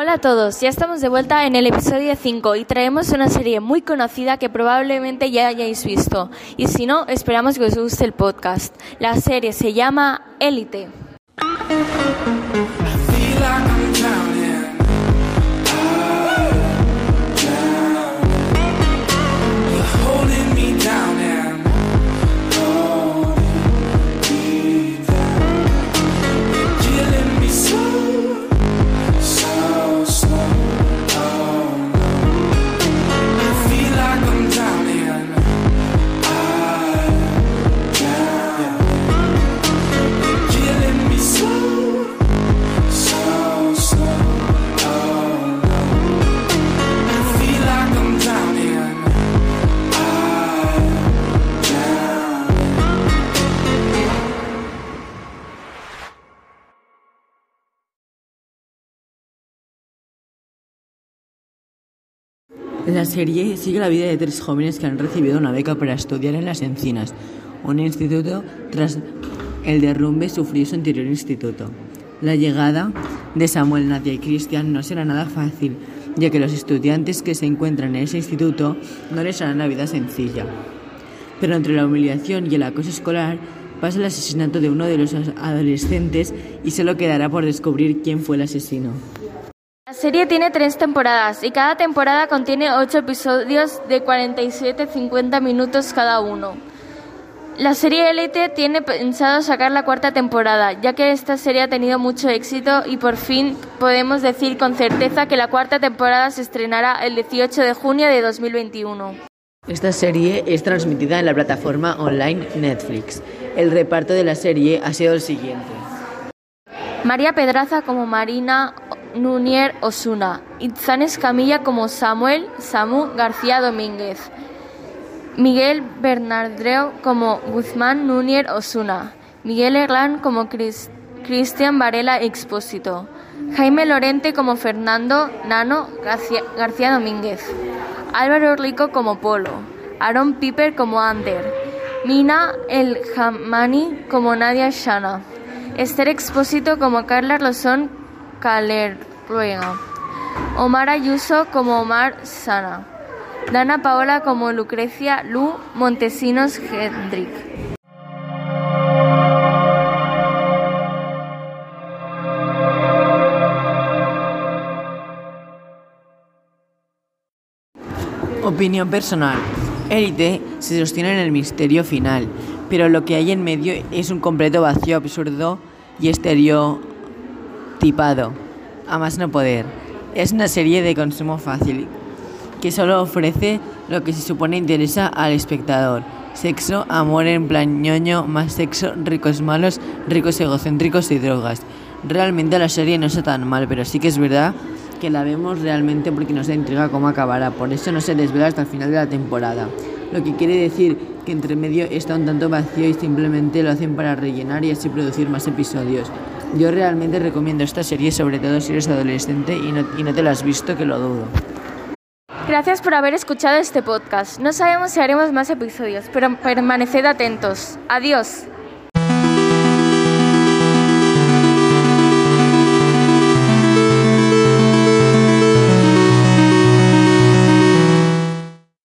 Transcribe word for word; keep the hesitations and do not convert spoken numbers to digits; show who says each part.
Speaker 1: Hola a todos, ya estamos de vuelta en el episodio cinco y traemos una serie muy conocida que probablemente ya hayáis visto. Y si no, esperamos que os guste el podcast. La serie se llama Élite.
Speaker 2: La serie sigue la vida de tres jóvenes que han recibido una beca para estudiar en Las Encinas, un instituto tras el derrumbe sufrido su anterior instituto. La llegada de Samuel, Nadia y Cristian no será nada fácil, ya que los estudiantes que se encuentran en ese instituto no les harán la vida sencilla. Pero entre la humillación y el acoso escolar pasa el asesinato de uno de los adolescentes y solo quedará por descubrir quién fue el asesino.
Speaker 1: La serie tiene tres temporadas y cada temporada contiene ocho episodios de cuarenta y siete a cincuenta minutos cada uno. La serie Élite tiene pensado sacar la cuarta temporada, ya que esta serie ha tenido mucho éxito y por fin podemos decir con certeza que la cuarta temporada se estrenará el dieciocho de junio de dos mil veintiuno.
Speaker 2: Esta serie es transmitida en la plataforma online Netflix. El reparto de la serie ha sido el siguiente:
Speaker 1: María Pedraza como Marina Núñez Osuna, Itzán Escamilla como Samuel Samu García Domínguez, Miguel Bernardeo como Guzmán Núñez Osuna, Miguel Herlán como Chris, Cristian Varela Expósito, Jaime Lorente como Fernando Nano García, García Domínguez, Álvaro Rico como Polo, Aaron Piper como Ander, Mina El Jamani como Nadia Shana, Esther Expósito como Carla Rosón Calerruega, Omar Ayuso como Omar Sana, Dana Paola como Lucrecia Lu Montesinos Hendrik.
Speaker 2: Opinión personal. Élite se sostiene en el misterio final, pero lo que hay en medio es un completo vacío absurdo y estereotipado, a más no poder. Es una serie de consumo fácil, que solo ofrece lo que se supone interesa al espectador: sexo, amor en plan ñoño, más sexo, ricos malos, ricos egocéntricos y drogas. Realmente la serie no está tan mal, pero sí que es verdad que la vemos realmente porque nos da intriga cómo acabará, por eso no se desvela hasta el final de la temporada. Lo que quiere decir que entre medio está un tanto vacío y simplemente lo hacen para rellenar y así producir más episodios. Yo realmente recomiendo esta serie, sobre todo si eres adolescente y no, y no te la has visto, que lo dudo.
Speaker 1: Gracias por haber escuchado este podcast. No sabemos si haremos más episodios, pero permaneced atentos. Adiós.